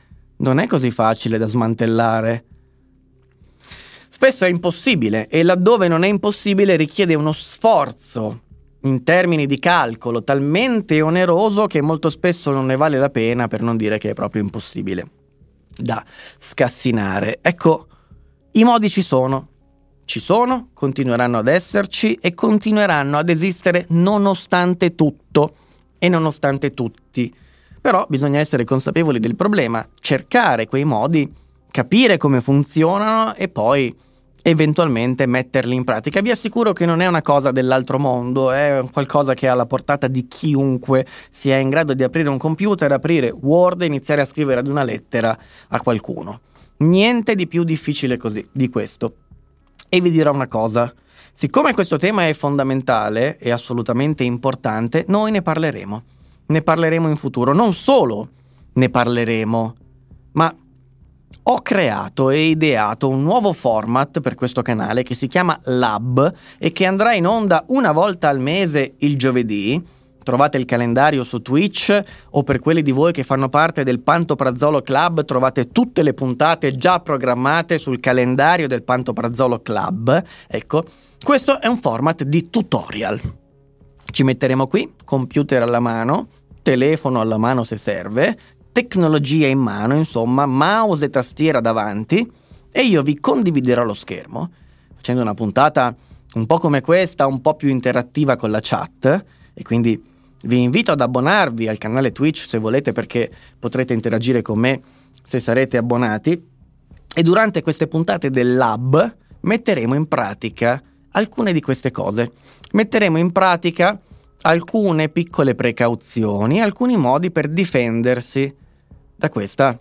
non è così facile da smantellare. Spesso è impossibile, e laddove non è impossibile richiede uno sforzo in termini di calcolo talmente oneroso che molto spesso non ne vale la pena, per non dire che è proprio impossibile da scassinare. Ecco, i modi ci sono, continueranno ad esserci e continueranno ad esistere nonostante tutto e nonostante tutti. Però bisogna essere consapevoli del problema, cercare quei modi, capire come funzionano e poi eventualmente metterli in pratica. Vi assicuro che non è una cosa dell'altro mondo, è qualcosa che è alla portata di chiunque sia in grado di aprire un computer, aprire Word e iniziare a scrivere ad una lettera a qualcuno. Niente di più difficile così, di questo. E vi dirò una cosa, siccome questo tema è fondamentale e assolutamente importante, noi ne parleremo in futuro. Non solo ne parleremo, ma ho creato e ideato un nuovo format per questo canale che si chiama Lab e che andrà in onda una volta al mese il giovedì. Trovate il calendario su Twitch, o per quelli di voi che fanno parte del Pantoprazolo Club trovate tutte le puntate già programmate sul calendario del Pantoprazolo Club. Ecco, questo è un format di tutorial. Ci metteremo qui, computer alla mano, telefono alla mano se serve, tecnologia in mano, insomma, mouse e tastiera davanti, e io vi condividerò lo schermo, facendo una puntata un po' come questa, un po' più interattiva con la chat, e quindi vi invito ad abbonarvi al canale Twitch se volete, perché potrete interagire con me se sarete abbonati, e durante queste puntate del Lab metteremo in pratica alcune di queste cose. Metteremo in pratica alcune piccole precauzioni, alcuni modi per difendersi da questa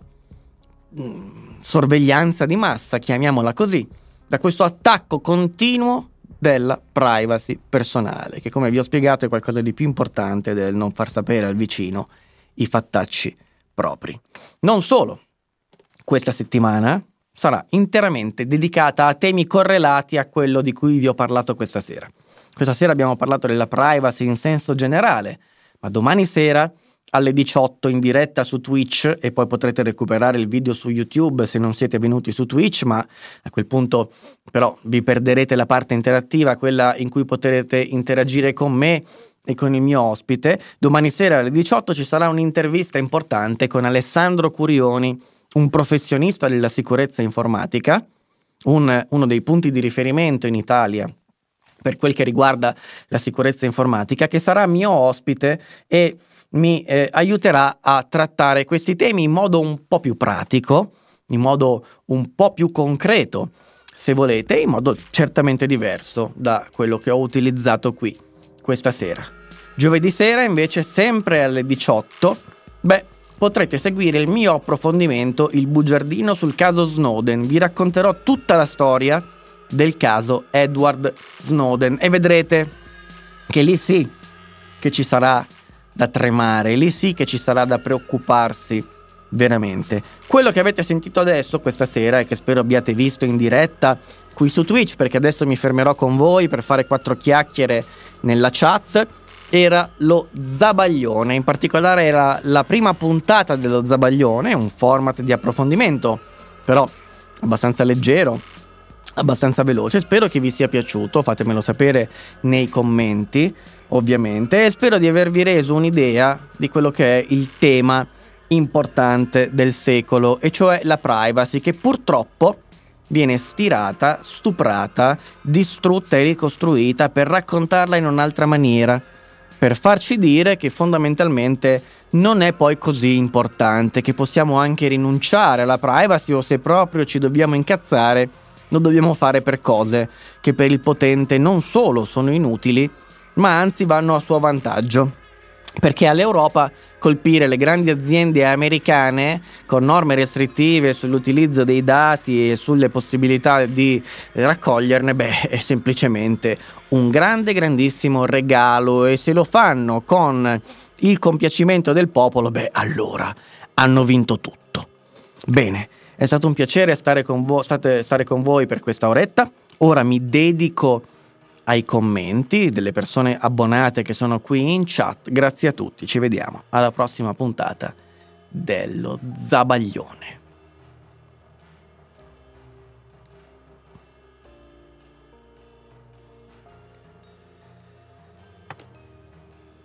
sorveglianza di massa, chiamiamola così, da questo attacco continuo della privacy personale, che, come vi ho spiegato, è qualcosa di più importante del non far sapere al vicino i fattacci propri. Non solo, questa settimana sarà interamente dedicata a temi correlati a quello di cui vi ho parlato questa sera. Questa sera abbiamo parlato della privacy in senso generale, ma domani sera alle 18 in diretta su Twitch, e poi potrete recuperare il video su YouTube se non siete venuti su Twitch, ma a quel punto però vi perderete la parte interattiva, quella in cui potrete interagire con me e con il mio ospite. Domani sera alle 18 ci sarà un'intervista importante con Alessandro Curioni, un professionista della sicurezza informatica, uno dei punti di riferimento in Italia per quel che riguarda la sicurezza informatica, che sarà mio ospite e mi aiuterà a trattare questi temi in modo un po' più pratico, in modo un po' più concreto, se volete, in modo certamente diverso da quello che ho utilizzato qui questa sera. Giovedì sera invece, sempre alle 18, potrete seguire il mio approfondimento, il bugiardino sul caso Snowden. Vi racconterò tutta la storia del caso Edward Snowden e vedrete che lì sì che ci sarà da tremare, lì sì che ci sarà da preoccuparsi veramente. Quello che avete sentito adesso questa sera e che spero abbiate visto in diretta qui su Twitch, perché adesso mi fermerò con voi per fare 4 chiacchiere nella chat, era lo Zabaglione. In particolare era la prima puntata dello Zabaglione, un format di approfondimento però abbastanza leggero, abbastanza veloce. Spero che vi sia piaciuto, fatemelo sapere nei commenti ovviamente, e spero di avervi reso un'idea di quello che è il tema importante del secolo, e cioè la privacy, che purtroppo viene stirata, stuprata, distrutta e ricostruita per raccontarla in un'altra maniera, per farci dire che fondamentalmente non è poi così importante, che possiamo anche rinunciare alla privacy, o se proprio ci dobbiamo incazzare lo dobbiamo fare per cose che per il potente non solo sono inutili, ma anzi vanno a suo vantaggio. Perché all'Europa colpire le grandi aziende americane con norme restrittive sull'utilizzo dei dati e sulle possibilità di raccoglierne, è semplicemente un grandissimo regalo, e se lo fanno con il compiacimento del popolo, allora hanno vinto tutto. Bene, è stato un piacere stare con voi per questa oretta. Ora mi dedico ai commenti delle persone abbonate che sono qui in chat. Grazie a tutti, ci vediamo alla prossima puntata dello Zabaglione.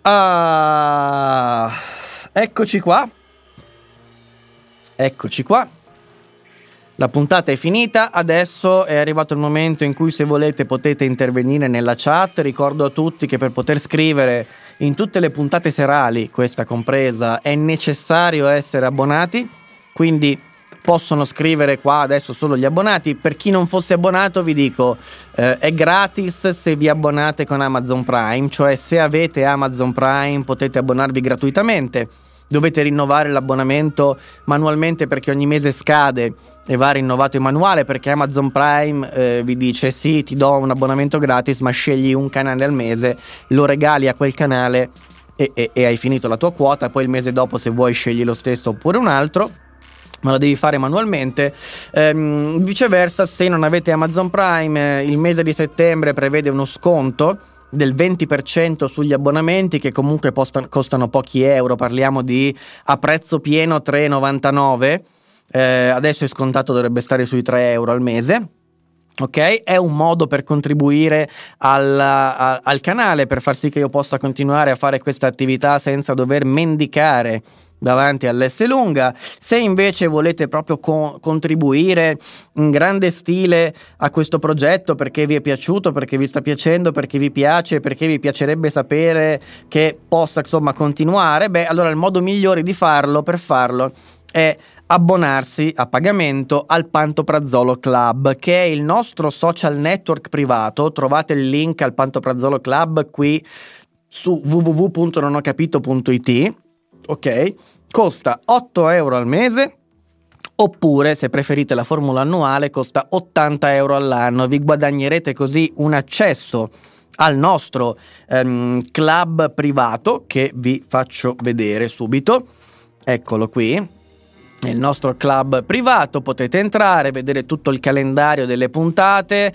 Eccoci qua. La puntata è finita, adesso è arrivato il momento in cui, se volete, potete intervenire nella chat. Ricordo a tutti che per poter scrivere in tutte le puntate serali, questa compresa, è necessario essere abbonati, quindi possono scrivere qua adesso solo gli abbonati. Per chi non fosse abbonato vi dico, è gratis se vi abbonate con Amazon Prime, cioè se avete Amazon Prime potete abbonarvi gratuitamente. Dovete rinnovare l'abbonamento manualmente perché ogni mese scade e va rinnovato in manuale, perché Amazon Prime vi dice sì, ti do un abbonamento gratis, ma scegli un canale al mese, lo regali a quel canale e hai finito la tua quota. Poi il mese dopo, se vuoi, scegli lo stesso oppure un altro, ma lo devi fare manualmente. Viceversa, se non avete Amazon Prime, il mese di settembre prevede uno sconto del 20% sugli abbonamenti, che comunque costano pochi euro. Parliamo di, a prezzo pieno, 3,99, adesso è scontato, dovrebbe stare sui 3 euro al mese. Ok, è un modo per contribuire al canale, per far sì che io possa continuare a fare questa attività senza dover mendicare davanti all'S lunga. Se invece volete proprio contribuire in grande stile a questo progetto, perché vi è piaciuto, perché vi sta piacendo, perché vi piace, perché vi piacerebbe sapere che possa insomma continuare, allora il modo migliore di farlo, è abbonarsi a pagamento al Pantoprazolo Club, che è il nostro social network privato. Trovate il link al Pantoprazolo Club qui su www.nonhocapito.it. ok, costa 8 euro al mese, oppure, se preferite la formula annuale, costa 80 euro all'anno. Vi guadagnerete così un accesso al nostro club privato, che vi faccio vedere subito. Eccolo qui, il nostro club privato. Potete entrare, vedere tutto il calendario delle puntate,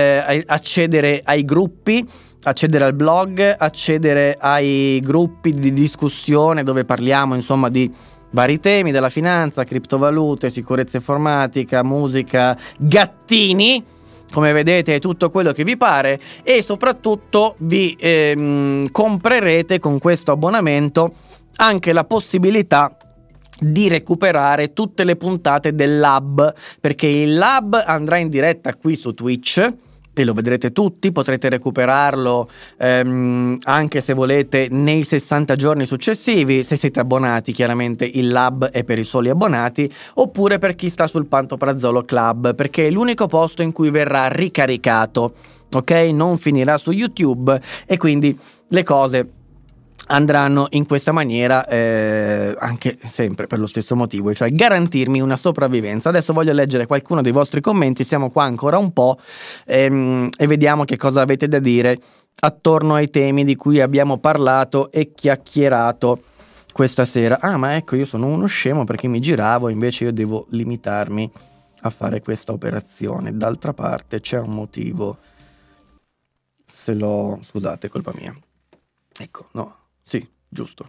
accedere ai gruppi, accedere al blog, accedere ai gruppi di discussione dove parliamo insomma di vari temi, della finanza, criptovalute, sicurezza informatica, musica, gattini, come vedete, è tutto quello che vi pare. E soprattutto vi comprerete con questo abbonamento anche la possibilità di recuperare tutte le puntate del Lab, perché il Lab andrà in diretta qui su Twitch e lo vedrete tutti. Potrete recuperarlo anche, se volete, nei 60 giorni successivi. Se siete abbonati, chiaramente il Lab è per i soli abbonati, oppure per chi sta sul Pantoprazolo Club, perché è l'unico posto in cui verrà ricaricato, ok? Non finirà su YouTube, e quindi le cose andranno in questa maniera, anche sempre per lo stesso motivo, cioè garantirmi una sopravvivenza. Adesso voglio leggere qualcuno dei vostri commenti, stiamo qua ancora un po' e vediamo che cosa avete da dire attorno ai temi di cui abbiamo parlato e chiacchierato questa sera. Ma ecco, io sono uno scemo perché mi giravo, invece io devo limitarmi a fare questa operazione. D'altra parte c'è un motivo, scusate, è colpa mia. Ecco, no. Sì, giusto.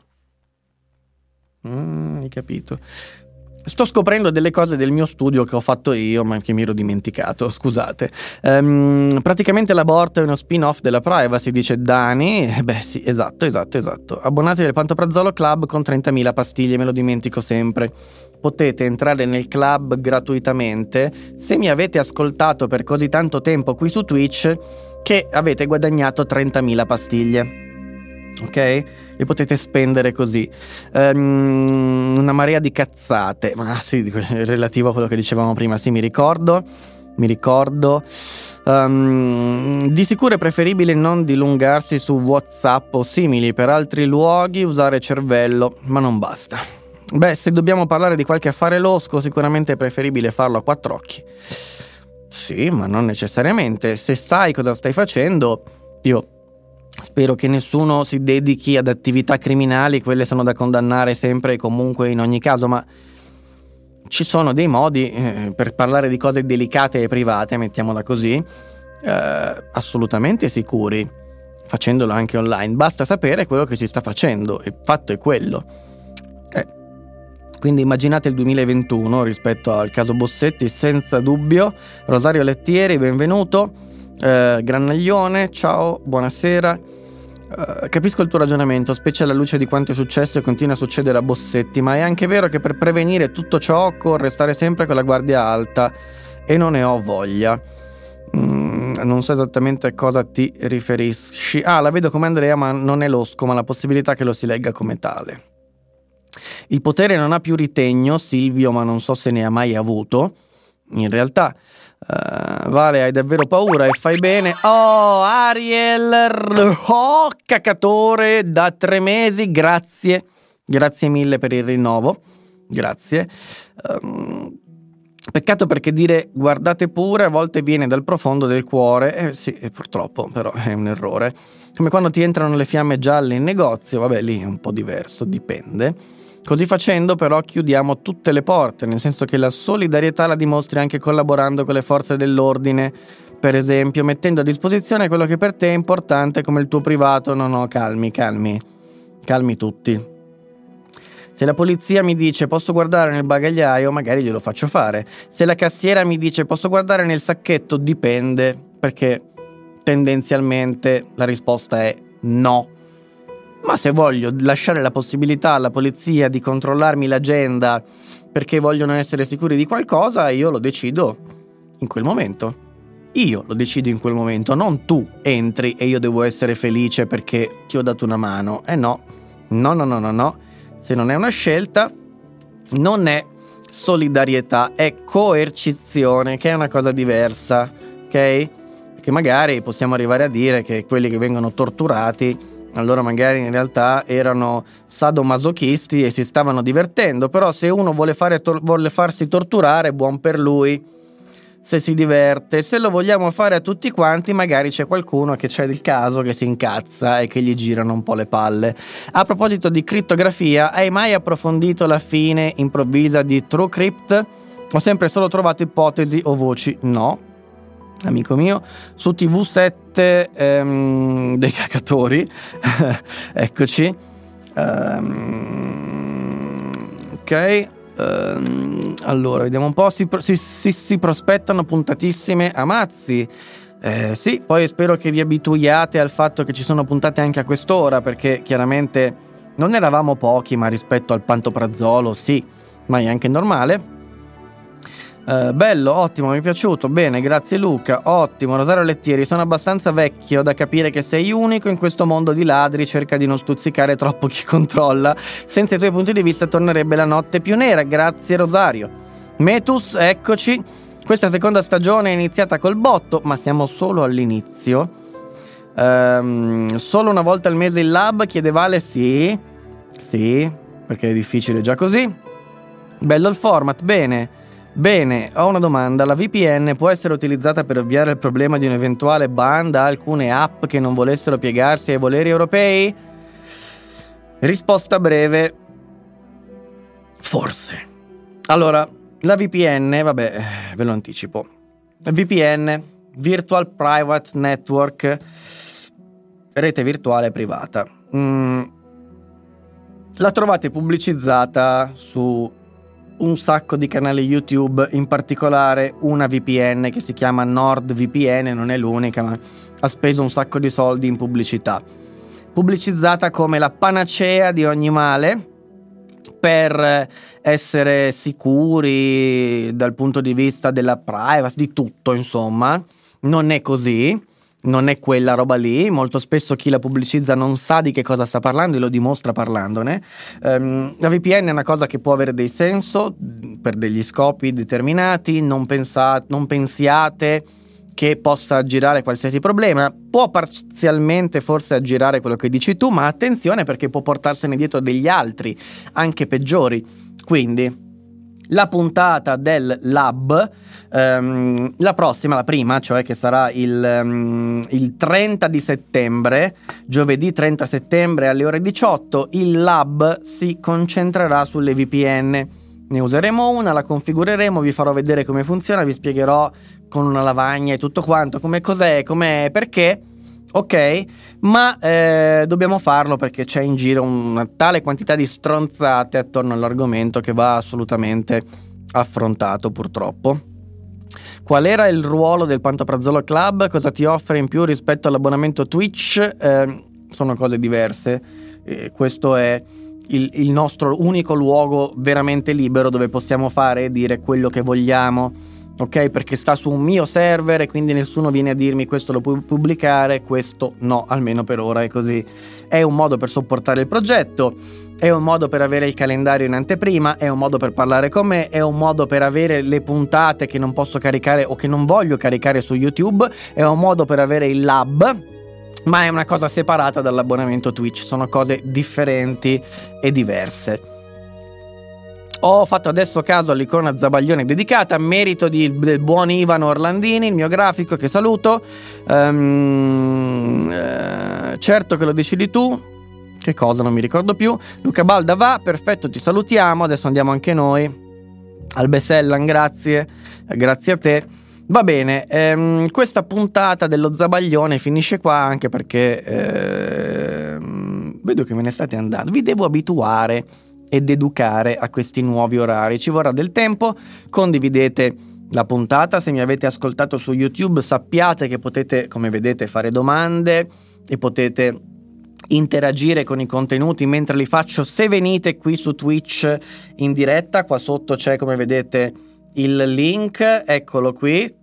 Hai capito. Sto scoprendo delle cose del mio studio che ho fatto io, ma che mi ero dimenticato, scusate. Praticamente l'aborto è uno spin-off della privacy, dice Dani. Sì, esatto. Abbonatevi al Pantoprazolo Club con 30.000 pastiglie, me lo dimentico sempre. Potete entrare nel club gratuitamente se mi avete ascoltato per così tanto tempo qui su Twitch che avete guadagnato 30.000 pastiglie. Ok? Le potete spendere così. Una marea di cazzate. Ma sì, relativo a quello che dicevamo prima. Sì, mi ricordo. Di sicuro è preferibile non dilungarsi su WhatsApp o simili. Per altri luoghi usare cervello, ma non basta. Se dobbiamo parlare di qualche affare losco, sicuramente è preferibile farlo a quattro occhi. Sì, ma non necessariamente. Se sai cosa stai facendo, io spero che nessuno si dedichi ad attività criminali. Quelle sono da condannare sempre e comunque, in ogni caso, ma ci sono dei modi per parlare di cose delicate e private, mettiamola così, assolutamente sicuri, facendolo anche online. Basta sapere quello che si sta facendo, e fatto è quello. Quindi immaginate il 2021 rispetto al caso Bossetti, senza dubbio. Rosario Lettieri, benvenuto. Grannaglione, ciao, buonasera. Capisco il tuo ragionamento, specie alla luce di quanto è successo e continua a succedere a Bossetti, ma è anche vero che per prevenire tutto ciò occorre stare sempre con la guardia alta e non ne ho voglia. Non so esattamente a cosa ti riferisci. La vedo come Andrea, ma non è losco, ma la possibilità che lo si legga come tale. Il potere non ha più ritegno, Silvio, ma non so se ne ha mai avuto. In realtà, Vale, hai davvero paura e fai bene. Oh, Ariel, cacatore da 3 mesi, grazie mille per il rinnovo, grazie. Peccato perché dire guardate pure a volte viene dal profondo del cuore, sì, purtroppo, però è un errore. Come quando ti entrano le fiamme gialle in negozio, vabbè, lì è un po' diverso, dipende. Così facendo però chiudiamo tutte le porte, nel senso che la solidarietà la dimostri anche collaborando con le forze dell'ordine, per esempio mettendo a disposizione quello che per te è importante come il tuo privato. No, calmi tutti. Se la polizia mi dice posso guardare nel bagagliaio, magari glielo faccio fare. Se la cassiera mi dice posso guardare nel sacchetto, dipende, perché tendenzialmente la risposta è no. Ma se voglio lasciare la possibilità alla polizia di controllarmi l'agenda perché vogliono essere sicuri di qualcosa, io lo decido in quel momento. Non tu entri e io devo essere felice perché ti ho dato una mano. No. Se non è una scelta, non è solidarietà, è coercizione, che è una cosa diversa, ok? Che magari possiamo arrivare a dire che quelli che vengono torturati allora magari in realtà erano sadomasochisti e si stavano divertendo, però se uno vuole farsi torturare, buon per lui, se si diverte. Se lo vogliamo fare a tutti quanti, magari c'è qualcuno che c'è del caso che si incazza e che gli girano un po' le palle. A proposito di crittografia, hai mai approfondito la fine improvvisa di TrueCrypt? Ho sempre solo trovato ipotesi o voci. No, amico mio, su TV7 dei cacatori. Eccoci. Ok. Allora, vediamo un po'. Si prospettano puntatissime a mazzi. Sì, poi spero che vi abituiate al fatto che ci sono puntate anche a quest'ora, perché chiaramente non eravamo pochi, ma rispetto al pantoprazolo sì, ma è anche normale. Bello, ottimo, mi è piaciuto, bene, grazie Luca, ottimo. Rosario Lettieri, sono abbastanza vecchio da capire che sei unico in questo mondo di ladri, cerca di non stuzzicare troppo chi controlla, senza i tuoi punti di vista tornerebbe la notte più nera. Grazie Rosario. Metus, eccoci, questa seconda stagione è iniziata col botto, ma siamo solo all'inizio. Solo una volta al mese il lab, chiede Vale. Sì, perché è difficile già così. Bello il format, Bene, ho una domanda. La VPN può essere utilizzata per ovviare il problema di un'eventuale ban da alcune app che non volessero piegarsi ai voleri europei? Risposta breve: forse. Allora, la VPN, vabbè, ve lo anticipo. VPN, Virtual Private Network, rete virtuale privata. La trovate pubblicizzata su un sacco di canali YouTube, in particolare una VPN che si chiama NordVPN, non è l'unica, ma ha speso un sacco di soldi in pubblicità. Pubblicizzata come la panacea di ogni male per essere sicuri dal punto di vista della privacy, di tutto, insomma. Non è così. Non è quella roba lì, molto spesso chi la pubblicizza non sa di che cosa sta parlando e lo dimostra parlandone. La VPN è una cosa che può avere dei senso per degli scopi determinati, non pensiate che possa aggirare qualsiasi problema, può parzialmente forse aggirare quello che dici tu, ma attenzione perché può portarsene dietro degli altri, anche peggiori. Quindi la puntata del Lab, la prossima, la prima, cioè che sarà il 30 di settembre, giovedì 30 settembre alle ore 18, il Lab si concentrerà sulle VPN. Ne useremo una, la configureremo, vi farò vedere come funziona, vi spiegherò con una lavagna e tutto quanto, come cos'è, com'è, perché. Ok, ma dobbiamo farlo perché c'è in giro una tale quantità di stronzate attorno all'argomento che va assolutamente affrontato, purtroppo. Qual era il ruolo del Pantoprazolo Club? Cosa ti offre in più rispetto all'abbonamento Twitch? sono cose diverse. Questo è il nostro unico luogo veramente libero dove possiamo fare e dire quello che vogliamo, ok? Perché sta su un mio server e quindi nessuno viene a dirmi questo lo puoi pubblicare, questo no, almeno per ora è così. È un modo per supportare il progetto, è un modo per avere il calendario in anteprima, è un modo per parlare con me, è un modo per avere le puntate che non posso caricare o che non voglio caricare su YouTube, è un modo per avere il lab, ma è una cosa separata dall'abbonamento Twitch, sono cose differenti e diverse. Ho fatto adesso caso all'icona Zabaglione dedicata, merito del buon Ivan Orlandini, il mio grafico, che saluto. Certo che lo decidi tu. Che cosa, non mi ricordo più. Luca Balda va, perfetto, ti salutiamo. Adesso andiamo anche noi. Albesellan, grazie a te. Va bene, questa puntata dello Zabaglione finisce qua, anche perché vedo che me ne state andando. Vi devo abituare ed educare a questi nuovi orari, ci vorrà del tempo. Condividete la puntata, se mi avete ascoltato su YouTube sappiate che potete, come vedete, fare domande e potete interagire con i contenuti mentre li faccio. Se venite qui su Twitch in diretta, qua sotto c'è, come vedete, il link, eccolo qui,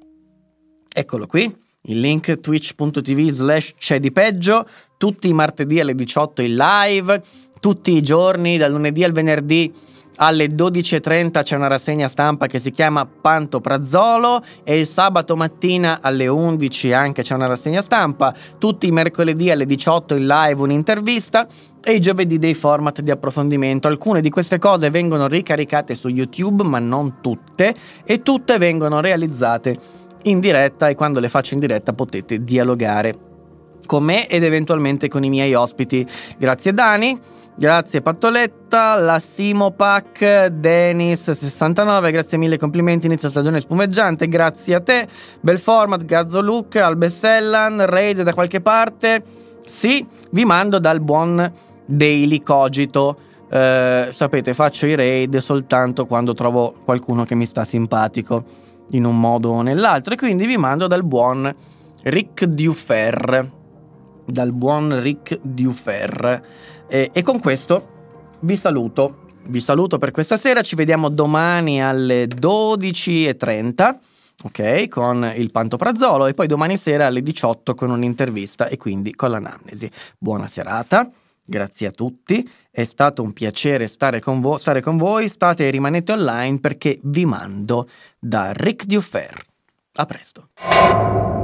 il link twitch.tv/c'è di peggio, tutti i martedì alle 18 in live, tutti i giorni dal lunedì al venerdì alle 12:30 c'è una rassegna stampa che si chiama Pantoprazzolo, e il sabato mattina alle 11 anche c'è una rassegna stampa, tutti i mercoledì alle 18 in live un'intervista, e i giovedì dei format di approfondimento. Alcune di queste cose vengono ricaricate su YouTube, ma non tutte, e tutte vengono realizzate in diretta, e quando le faccio in diretta potete dialogare con me ed eventualmente con i miei ospiti. Grazie Dani, grazie Pattoletta, la Simopac, Denis69, grazie mille, complimenti, inizio stagione spumeggiante, grazie a te, bel format, Gazzo Luke, Albesellan, Raid da qualche parte, sì, vi mando dal buon Daily Cogito. Sapete, faccio i raid soltanto quando trovo qualcuno che mi sta simpatico in un modo o nell'altro, e quindi vi mando dal buon Rick Dufer, e con questo vi saluto per questa sera. Ci vediamo domani alle 12:30, ok, con il Pantoprazzolo, e poi domani sera alle 18 con un'intervista e quindi con l'anamnesi. Buona serata, grazie a tutti, è stato un piacere stare con voi, state e rimanete online perché vi mando da Rick Dufer. A presto.